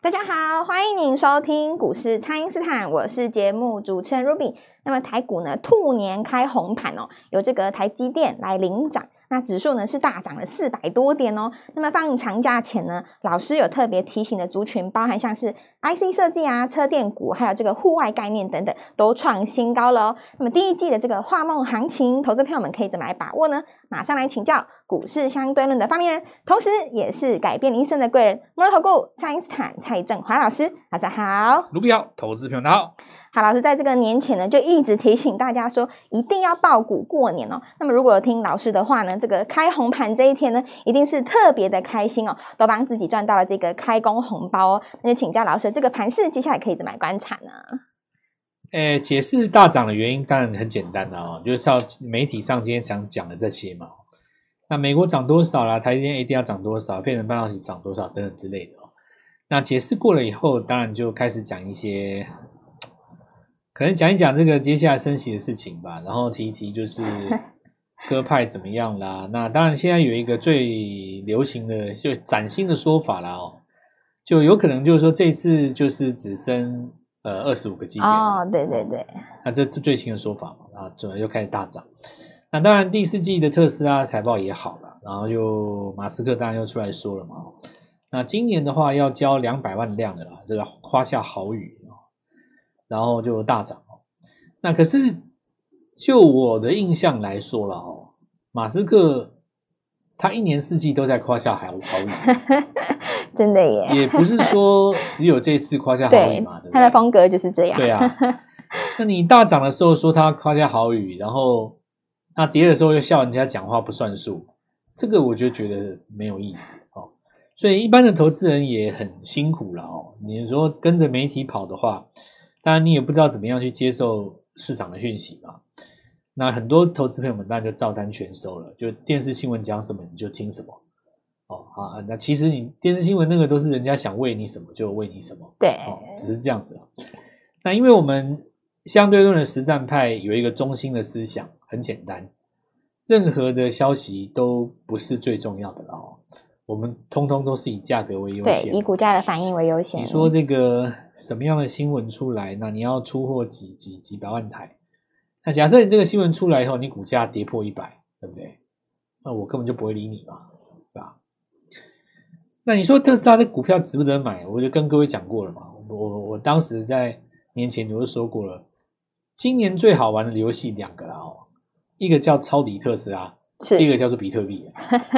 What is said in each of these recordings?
大家好，欢迎您收听股市蔡因斯坦，我是节目主持人 Ruby。那么台股呢，兔年开红盘哦，由这个台积电来领涨。那指数呢是大涨了400多点哦。那么放长假前呢，老师有特别提醒的族群，包含像是 IC 设计啊、车电股，还有这个户外概念等等，都创新高了哦。那么第一季的这个画梦行情，投资朋友们可以怎么来把握呢？马上来请教股市相对论的发明人，同时也是改变您一生的贵人——摩尔投顾蔡因斯坦蔡正华老师。大家好， 卢比好，投资朋友大家好。 好，老师在这个年前呢，就一直提醒大家说，一定要抱股过年哦。那么如果有听老师的话呢，这个开红盘这一天呢，一定是特别的开心哦，都帮自己赚到了这个开工红包哦。那就请教老师，这个盘势接下来可以怎么来观察呢？ 解释大涨的原因当然很简单啦哦，就是要媒体上今天想讲的这些嘛。那美国涨多少啦，台积电一定要涨多少，费城半导体涨多少等等之类的哦。那解释过了以后，当然就开始讲一些。可能讲一讲这个接下来升息的事情吧，然后提一提就是鸽派怎么样啦。那当然现在有一个最流行的就崭新的说法啦哦，就有可能就是说这一次就是只升25个基点哦，对对对， 那这是最新的说法嘛，然后准又开始大涨。那当然第四季的特斯拉财报也好了，然后又马斯克当然又出来说了嘛。那今年的话要交200万辆的啦，这个夸下豪语。然后就大涨哦。那可是就我的印象来说了哦，马斯克他一年四季都在夸下豪语， 真的耶， 也不是说只有这次夸下豪语嘛， 对不对？ 他的风格就是这样。 对啊，那你大涨的时候说他夸下豪语，然后那跌的时候又笑人家讲话不算数，这个我就觉得没有意思哦。所以一般的投资人也很辛苦了哦。你说跟着媒体跑的话，当然你也不知道怎么样去接受市场的讯息嘛。那很多投资朋友们当然就照单全收了，就电视新闻讲什么你就听什么哦啊。那其实你电视新闻那个都是人家想喂你什么就喂你什么， 对哦，只是这样子啊。那因为我们相对论的实战派有一个中心的思想，很简单，任何的消息都不是最重要的了哦。我们通通都是以价格为优先， 对，以股价的反应为优先。 你说这个什么样的新闻出来，那你要出货几百万台，那假设你这个新闻出来以后，你股价跌破100，对不对？那我根本就不会理你嘛，对吧？那你说特斯拉的股票值不值得买？我就跟各位讲过了嘛，我当时在年前我就说过了，今年最好玩的游戏2个啦哦，一个叫抄底特斯拉，一个叫做比特币，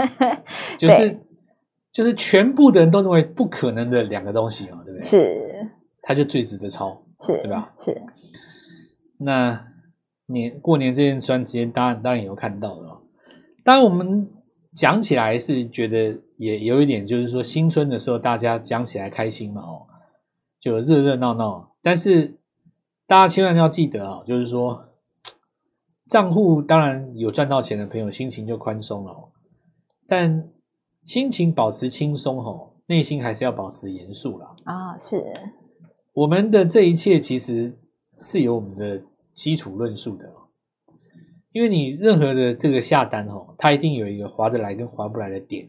就是全部的人都认为不可能的2个东西嘛，对不对？ 是， 它就最值得抄， 是， 对吧？ 是。 那过年这段时间，当然也有看到了。当然我们讲起来是觉得也有一点，就是说新春的时候大家讲起来开心嘛，哦，就热热闹闹。但是大家千万要记得啊，就是说账户当然有赚到钱的朋友心情就宽松了，但心情保持轻松哦，内心还是要保持严肃啦。 啊，是。 我们的这一切其实是有我们的基础论述的，因为你任何的这个下单哦，它一定有一个划得来跟划不来的点。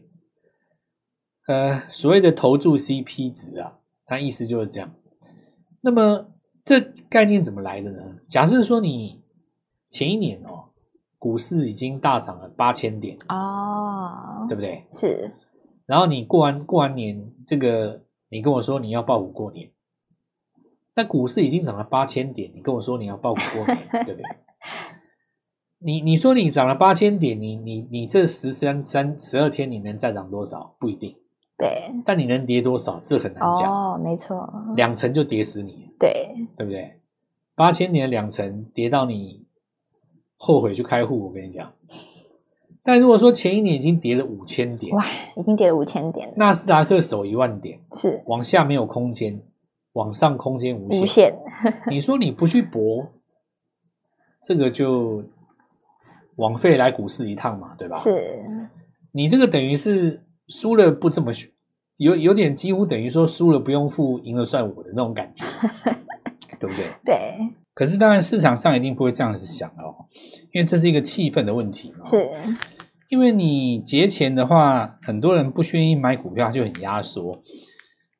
所谓的投注 CP 值啊，它意思就是这样。那么这概念怎么来的呢？假设说你前一年哦，股市已经大涨了8000点哦， 对不对？ 是。 然后你过完年，这个你跟我说你要抱股过年，那股市已经涨了8000点，你跟我说你要抱股过年，对不对？你说你涨了8000点，你这12天你能再涨多少？不一定。 对。 但你能跌多少？这很难讲。 哦，没错。 2成就跌死你。 对。 对不对？8000年2成跌到你后悔去开户，我跟你讲。但如果说前一年已经跌了5000点， 哇，已经跌了5000点， 纳斯达克守10000点， 是往下没有空间，往上空间无限。 无限你说你不去搏，这个就枉费来股市一趟嘛，对吧？ 是。 你这个等于是输了不这么有点几乎等于说输了不用付，赢了算我的那种感觉，对不对？ 对。 可是当然市场上一定不会这样子想哦，因为这是一个气氛的问题嘛。 是。 因为你节前的话，很多人不愿意买股票就很压缩。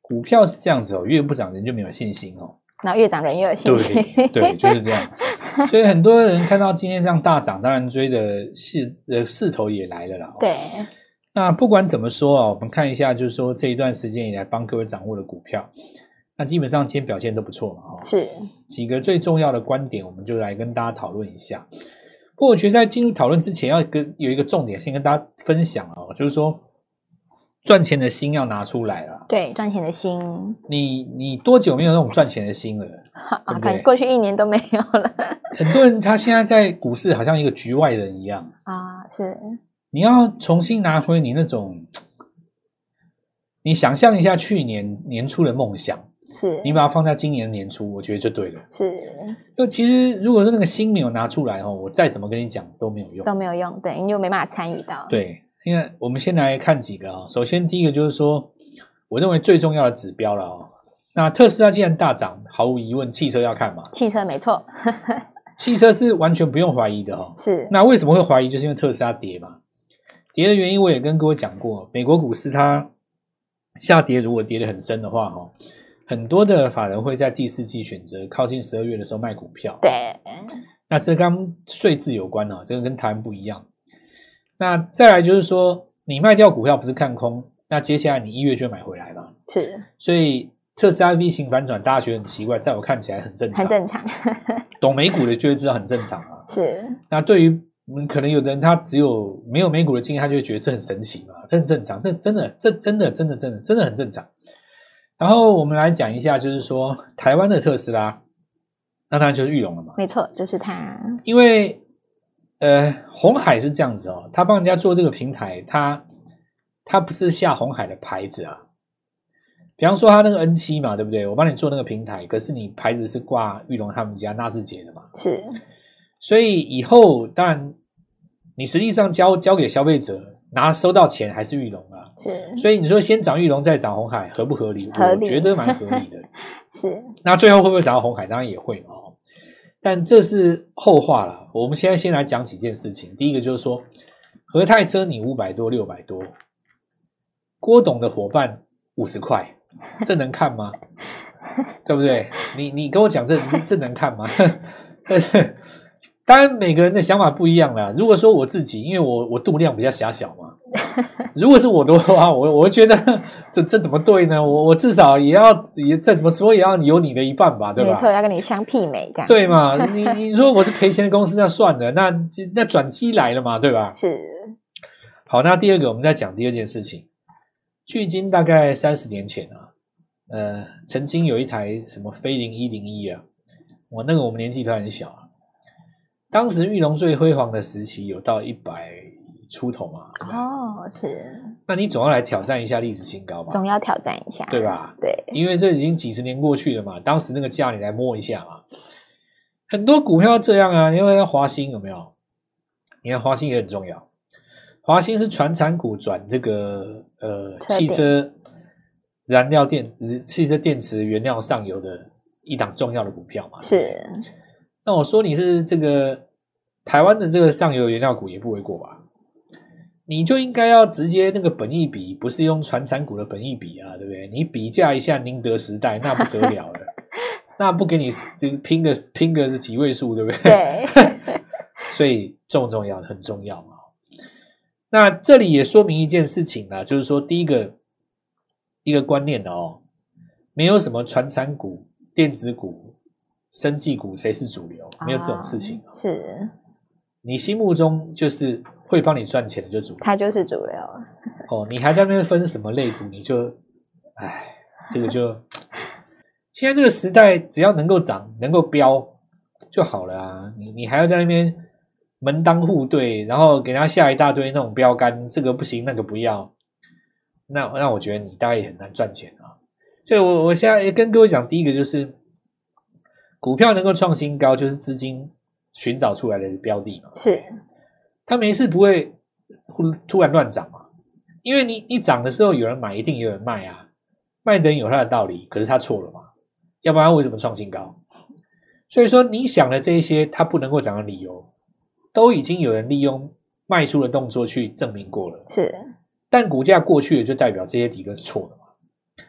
股票是这样子哦，越不涨人就没有信心哦， 然后越涨人越有信心。 对，就是这样。所以很多人看到今天这样大涨，当然追的势头也来了啦。 对。 那不管怎么说啊，我们看一下，就是说这一段时间以来帮各位掌握的股票，那基本上今天表现都不错嘛。 是几个最重要的观点，我们就来跟大家讨论一下。不过我觉得在进入讨论之前，有一个重点先跟大家分享哦，就是说赚钱的心要拿出来啦。 对，赚钱的心。 你多久没有那种赚钱的心了？对不对？ 看过去1年都没有了。 很多人他现在在股市好像一个局外人一样啊，是。 你要重新拿回你那种，你想象一下去年年初的梦想， 是你把它放在今年的年初，我觉得就对了。 是， 就其实如果说那个心没有拿出来哦，我再怎么跟你讲都没有用， 都没有用，对，你就没办法参与到。 对，因为我们先来看几个哦。首先第一个就是说，我认为最重要的指标了哦。那特斯拉既然大涨，毫无疑问，汽车要看嘛。 汽车没错， 汽车是完全不用怀疑的哦。 是。 那为什么会怀疑？就是因为特斯拉跌嘛。跌的原因我也跟各位讲过，美国股市它下跌，如果跌得很深的话，很多的法人会在第四季选择靠近12月的时候卖股票。 对， 那这跟税制有关这个跟台湾不一样。那再来就是说，你卖掉股票不是看空，那接下来你1月就买回来嘛。 是， 所以特斯拉 V 型反转，大家觉得很奇怪，在我看起来很正常， 很正常。 懂美股的就会知道很正常啊。 是。 那对于可能有的人他没有美股的经验，他就会觉得这很神奇嘛，这很正常，这真的很正常。然后我们来讲一下，就是说台湾的特斯拉，那当然就是裕隆了嘛。 没错，就是它。因为鸿海是这样子哦，他帮人家做这个平台，他不是下鸿海的牌子啊。比方说他那个 N7 嘛，对不对？我帮你做那个平台，可是你牌子是挂裕隆他们家纳智捷的嘛。 是。 所以以后当然你实际上交给消费者收到钱还是裕隆啊。 是。 所以你说先涨裕隆再涨鸿海合不合理？ 合理， 我觉得蛮合理的。 是。 那最后会不会涨到鸿海？当然也会嘛。但这是后话了。我们现在先来讲几件事情。第一个就是说，和泰车你500多600多，郭董的伙伴50块，这能看吗？对不对？你跟我讲这能看吗？当然每个人的想法不一样啦。如果说我自己，因为我度量比较狭小嘛，如果是我的话，我会觉得这怎么对呢？我至少也再怎么说也要有你的一半吧，对吧？ 没错，要跟你相媲美这样。 对嘛？你说我是赔钱的公司，那算了，那转机来了嘛，对吧？ 是。 好，那第二个我们再讲第二件事情。距今大概30年前曾经有一台什么飞凌101啊，那个我们年纪都很小啊。当时裕隆最辉煌的时期有到100出头嘛。 哦，是。 那你总要来挑战一下历史新高吧？ 总要挑战一下， 对吧？ 对， 因为这已经几十年过去了嘛，当时那个价你来摸一下嘛。很多股票这样啊，因为华兴有没有？你看华兴也很重要，华兴是传产股转这个汽车燃料汽车电池原料上游的一档重要的股票嘛。 是。 那我说你是这个台湾的这个上游原料股也不为过吧？你就应该要直接那个本益比，不是用传产股的本益比啊，对不对？你比价一下宁德时代，那不得了了，那不给你拼个几位数，对不对？ 对。 所以重要很重要嘛。那这里也说明一件事情啦，就是说第一个观念没有什么传产股、电子股、生技股谁是主流，没有这种事情。 是。 你心目中就是会帮你赚钱的就主流， 它就是主流。 你还在那边分什么类股，你就这个就现在这个时代，只要能够涨能够飙就好了啊。你还要在那边门当户对，然后给他下一大堆那种标杆，这个不行那个不要，那我觉得你大概也很难赚钱啊。所以我现在也跟各位讲，第一个就是股票能够创新高，就是资金寻找出来的标的嘛。 是。 它没事不会突然乱涨嘛，因为你涨的时候有人买，一定有人卖啊，卖的人有他的道理，可是他错了嘛，要不然为什么创新高？所以说你想的这一些它不能够涨的理由，都已经有人利用卖出的动作去证明过了。 是。 但股价过去了，就代表这些理论是错的嘛。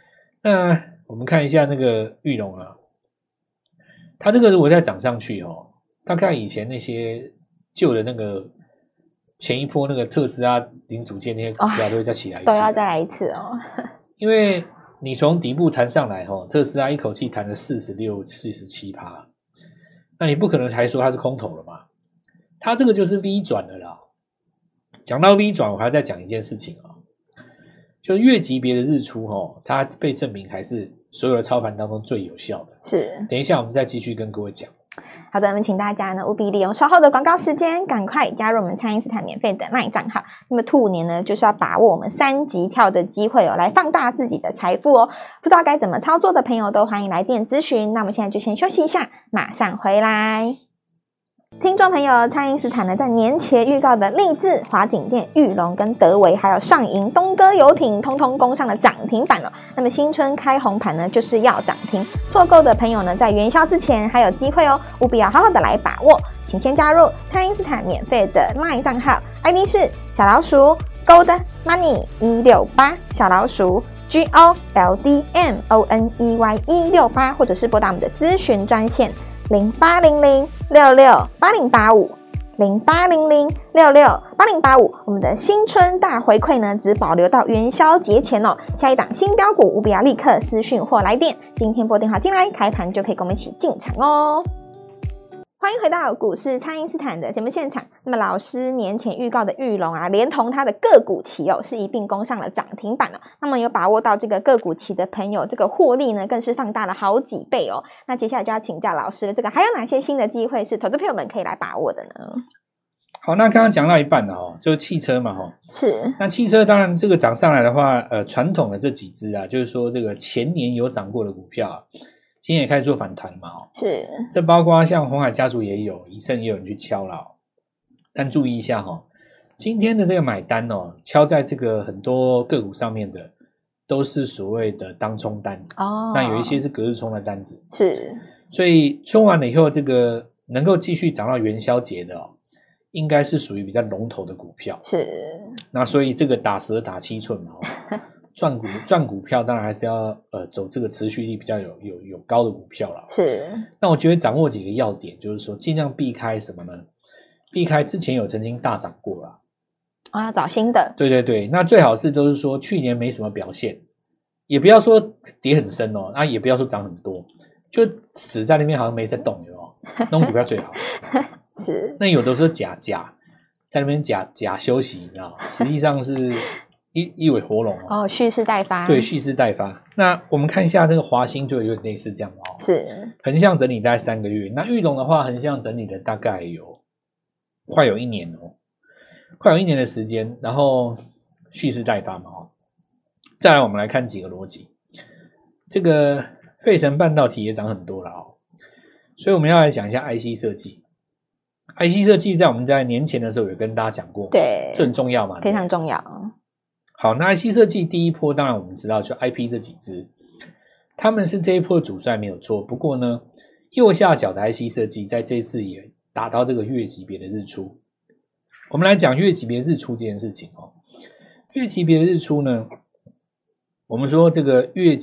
那我们看一下那个裕隆啊，它这个如果再涨上去大概以前那些旧的那个前一波那个特斯拉零组件那些股票都会再起来一次， 都要再来一次哦。 因为你从底部弹上来特斯拉一口气弹了46、47%，那你不可能还说它是空头了嘛？它这个就是 V 转了啦。讲到 V 转，我还要再讲一件事情就是月级别的日出它被证明还是所有的操盘当中最有效的。 是， 等一下我们再继续跟各位讲。 好的，那么请大家呢务必利用稍后的广告时间，赶快加入我们蔡因斯坦免费的 LINE 账号。那么兔年呢，就是要把握我们3级跳的机会来放大自己的财富哦。不知道该怎么操作的朋友都欢迎来电咨询。那我们现在就先休息一下，马上回来。听众朋友，蔡因斯坦呢在年前预告的励志、华景店、裕隆跟德微，还有上银、东哥游艇，通通攻上了涨停板哦。那么新春开红盘呢，就是要涨停，错购的朋友呢，在元宵之前还有机会哦，务必要好好的来把握。请先加入蔡因斯坦免费的 LINE 账号 ，ID 是小老鼠 Gold Money 168，小老鼠 GOLDMONEY 168，或者是拨打我们的咨询专线。0800668085，0800668085，我们的新春大回馈呢，只保留到元宵节前哦。下一档新标股，务必要立刻私讯或来电，今天拨电话进来，开盘就可以跟我们一起进场哦。欢迎回到股市蔡因斯坦的节目现场。那么老师年前预告的裕隆啊，连同它的个股期是一并攻上了涨停板哦。那么有把握到这个个股期的朋友，这个获利呢更是放大了好几倍哦。那接下来就要请教老师了，这个还有哪些新的机会是投资朋友们可以来把握的呢？ 好，那刚刚讲到一半了就是汽车嘛是。 那汽车当然这个涨上来的话，传统的这几只啊，就是说这个前年有涨过的股票啊，今天也开始做反弹嘛是， 这包括像鸿海家族也有，宜盛也有人去敲了但注意一下今天的这个买单敲在这个很多个股上面的都是所谓的当冲单那有一些是隔日冲的单子是， 所以冲完了以后，这个能够继续涨到元宵节的应该是属于比较龙头的股票是。 那所以这个打蛇打7寸嘛赚股票当然还是要走这个持续力比较有高的股票啦是。 那我觉得掌握几个要点，就是说尽量避开什么呢？避开之前有曾经大涨过啦要找新的。对对对，那最好是都是说去年没什么表现，也不要说跌很深也不要说涨很多，就死在那边好像没在动那种股票最好是。 那有的时候假在那边假休息，你知道实际上是一尾活龙蓄势待发。 对，蓄势待发。那我们看一下这个华兴就有点类似这样是横向整理大概3个月。那裕隆的话，横向整理的大概快有1年快有1年的时间，然后蓄势待发嘛再来我们来看几个逻辑，这个费城半导体也涨很多了所以我们要来讲一下 IC 设计。IC 设计在我们在年前的时候有跟大家讲过， 对， 这很重要嘛， 非常重要。 好，那 IC 设计第一波当然我们知道就 IP 这几只，他们是这一波的主帅没有错，不过呢右下角的 IC 设计在这次也达到这个月级别的日出。我们来讲月级别日出这件事情月级别的日出呢，我们说这个月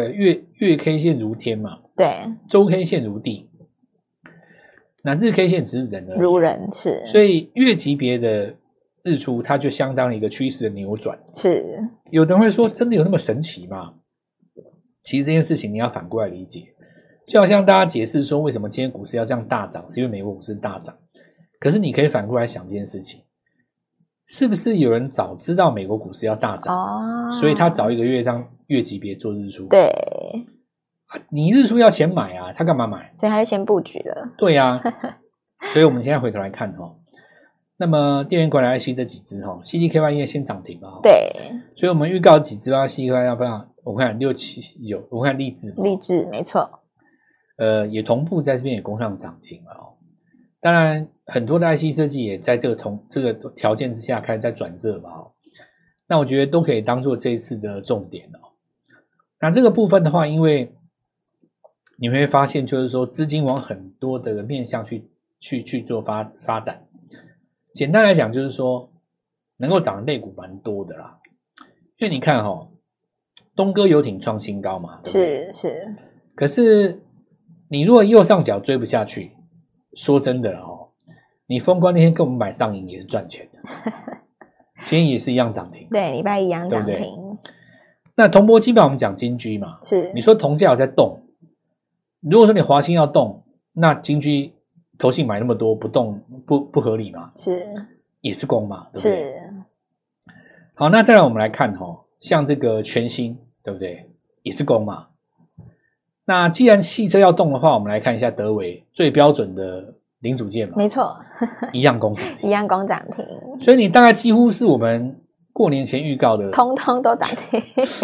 K 线如天嘛， 对， 周 K 线如地，那日 K 线只是人而已， 如人是， 所以月级别的日出它就相当于一个趋势的扭转。 是， 有人会说真的有那么神奇吗？其实这件事情你要反过来理解，就好像大家解释说为什么今天股市要这样大涨，是因为美国股市大涨，可是你可以反过来想这件事情，是不是有人早知道美国股市要大涨所以他早1个月让月级别做日出？ 对， 你日出要钱买他干嘛买？ 所以他就先布局了。 对所以我们现在回头来看那么电源管理 IC 这几只CDKY 因为先涨停嘛对， 所以我们预告几只CDKY 要不要？我看6、7、9，我看励志没错， 也同步在这边也攻上涨停了当然很多的 IC 设计也在这个条件之下开始在转热嘛那我觉得都可以当做这一次的重点那这个部分的话，因为你会发现就是说资金往很多的面向去做发展。简单来讲就是说能够涨的类股蛮多的啦，因为你看东哥游艇创新高嘛，对不对？ 是。 可是你如果右上角追不下去，说真的哦，你封关那天跟我们买上影也是赚钱的，今天也是一样涨停， 对，礼拜一样涨停。 对不对？那铜箔基本上我们讲金居嘛， 是你说铜价有在动，如果说你华兴要动，那金居投信买那么多不动不合理嘛？ 是， 也是攻嘛，对不对？ 是。 好，那再来我们来看像这个全新，对不对？也是攻嘛。那既然汽车要动的话，我们来看一下德微最标准的零组件嘛， 没错， 一样攻涨停， 一样攻涨停。 所以你大概几乎是我们过年前预告的， 通通都涨停。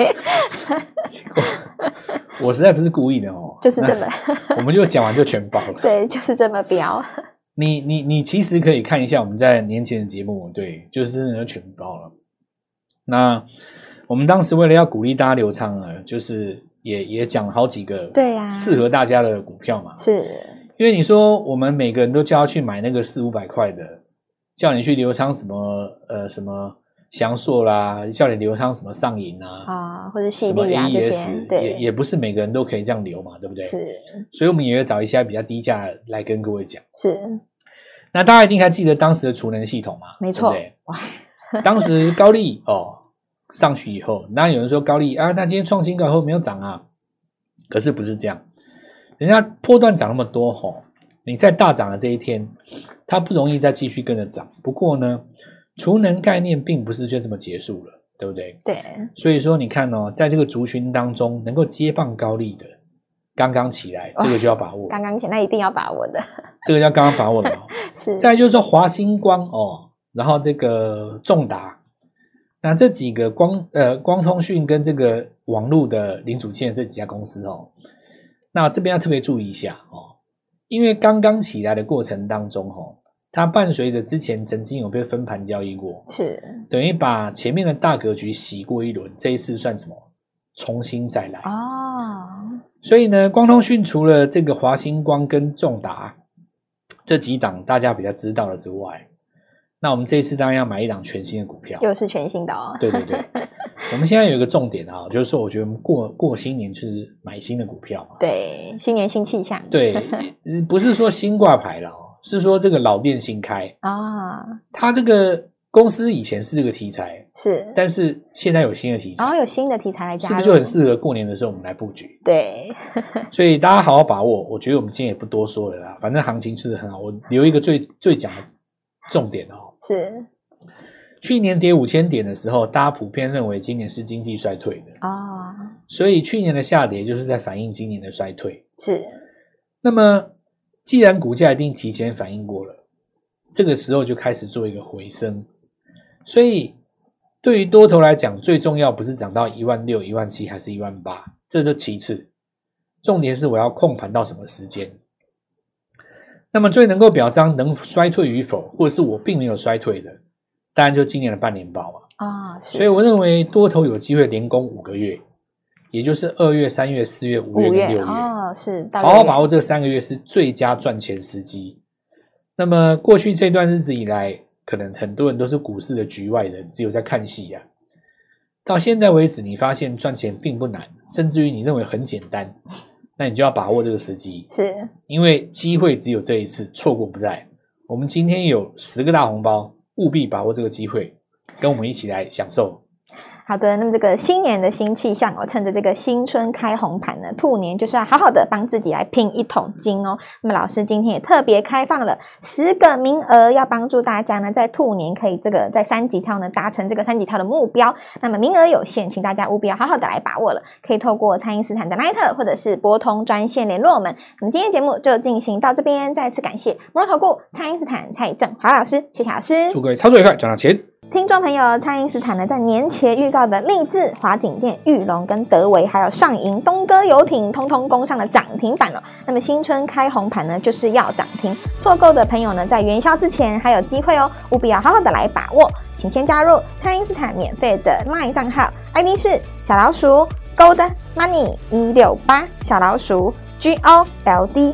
我实在不是故意的就是这么， 我们就讲完就全爆了。 对，就是这么标。 你其实可以看一下我们在年前的节目，对，就是真的全爆了。那我们当时为了要鼓励大家留仓了，就是也讲了好几个对呀， 适合大家的股票嘛。 是因为你说我们每个人都叫他去买那个400-500块的，叫你去留仓什么祥硕啦，叫你留仓什么上银啊， 或者细粒啊这些，对， 也不是每个人都可以这样留嘛，对不对？ 是， 所以我们也会找一些比较低价来跟各位讲。 是， 那大家一定还记得当时的储能系统嘛？ 没错， 对不对？哇，当时高利上去以后，那有人说高利啊，那今天创新高以后没有涨啊，可是不是这样，人家波段涨那么多你在大涨的这一天，它不容易再继续跟着涨。不过呢，储能概念并不是就这么结束了，对不对？ 对， 所以说你看在这个族群当中能够接棒高利的，刚刚起来，这个就要把握。 刚刚起来，那一定要把握的， 这个要刚刚把握的是。 再来就是说华星光然后这个重达。那这几个光通讯跟这个网络的零组件这几家公司那这边要特别注意一下因为刚刚起来的过程当中它伴随着之前曾经有被分盘交易过， 是等于把前面的大格局洗过一轮，这一次算什么？重新再来所以呢，光通讯除了这个华星光跟重达这几档大家比较知道的之外，那我们这一次当然要买一档全新的股票， 又是全新的对对对，我们现在有一个重点就是说，我觉得我们过新年就是买新的股票嘛。 对，新年新气象。 对，不是说新挂牌了是说这个老店新开它这个公司以前是这个题材， 是， 但是现在有新的题材， 有新的题材来加入， 是不是就很适合过年的时候我们来布局？ 对， 所以大家好好把握。我觉得我们今天也不多说了啦，反正行情就是很好。我留一个最讲的重点是去年跌5000点的时候，大家普遍认为今年是经济衰退的所以去年的下跌就是在反映今年的衰退。 是， 那么既然股价一定提前反映过了，这个时候就开始做一个回升。所以对于多头来讲，最重要不是涨到16000、17000还是18000，这都其次，重点是我要控盘到什么时间。那么最能够表彰能衰退与否，或者是我并没有衰退的，当然就今年的半年报所以我认为多头有机会连攻5个月，也就是2月、3月、4月、5月跟6月是， 好好把握这3个月是最佳赚钱时机。那么过去这段日子以来，可能很多人都是股市的局外人，只有在看戏到现在为止，你发现赚钱并不难，甚至于你认为很简单，那你就要把握这个时机， 是因为机会只有这一次，错过不再。我们今天有10个大红包，务必把握这个机会，跟我们一起来享受。 好的，那么这个新年的新气象趁着这个新春开红盘呢，兔年就是要好好的帮自己来拼一桶金那么老师今天也特别开放了10个名额，要帮助大家呢在兔年可以这个在3级跳呢达成这个3级跳的目标。那么名额有限，请大家务必要好好的来把握了，可以透过蔡因斯坦的 LINE 或者是拨通专线联络我们。那么今天节目就进行到这边，再次感谢摩尔投顾蔡因斯坦蔡正华老师，谢谢老师， 祝各位操作愉快，赚到钱。 听众朋友，蔡因斯坦呢在年前预告的励志、华景店、裕隆跟德微还有上银、东哥游艇通通攻上了涨停板那么新春开红盘呢就是要涨停，错购的朋友呢在元宵之前还有机会务必要好好的来把握。请先加入蔡因斯坦免费的 LINE 账号 ，ID 是小老鼠 Gold Money 168，小老鼠 GOLDMONEY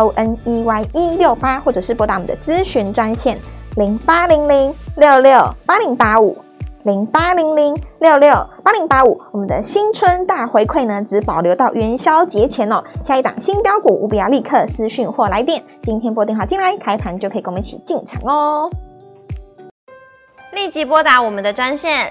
168，或者是拨打我们的咨询专线0800668085 0800668085。我们的新春大回馈呢，只保留到元宵节前哦。下一档新标股，务必要立刻私讯或来电。今天拨电话进来，开盘就可以跟我们一起进场哦。 立即拨打我们的专线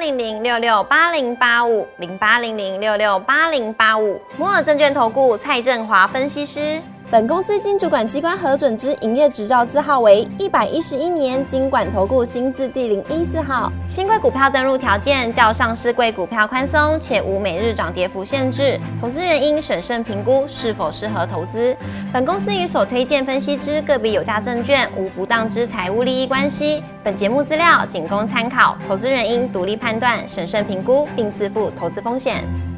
0800668085，0800668085。摩尔证券投顾蔡正华分析师。本公司经主管机关核准之营业执照字号为111年金管投顾新字第014号。新贵股票登录条件较上市贵股票宽松，且无每日涨跌幅限制。投资人应审慎评估是否适合投资。本公司与所推荐分析之个别有价证券无不当之财务利益关系。本节目资料仅供参考，投资人应独立判断、审慎评估，并自负投资风险。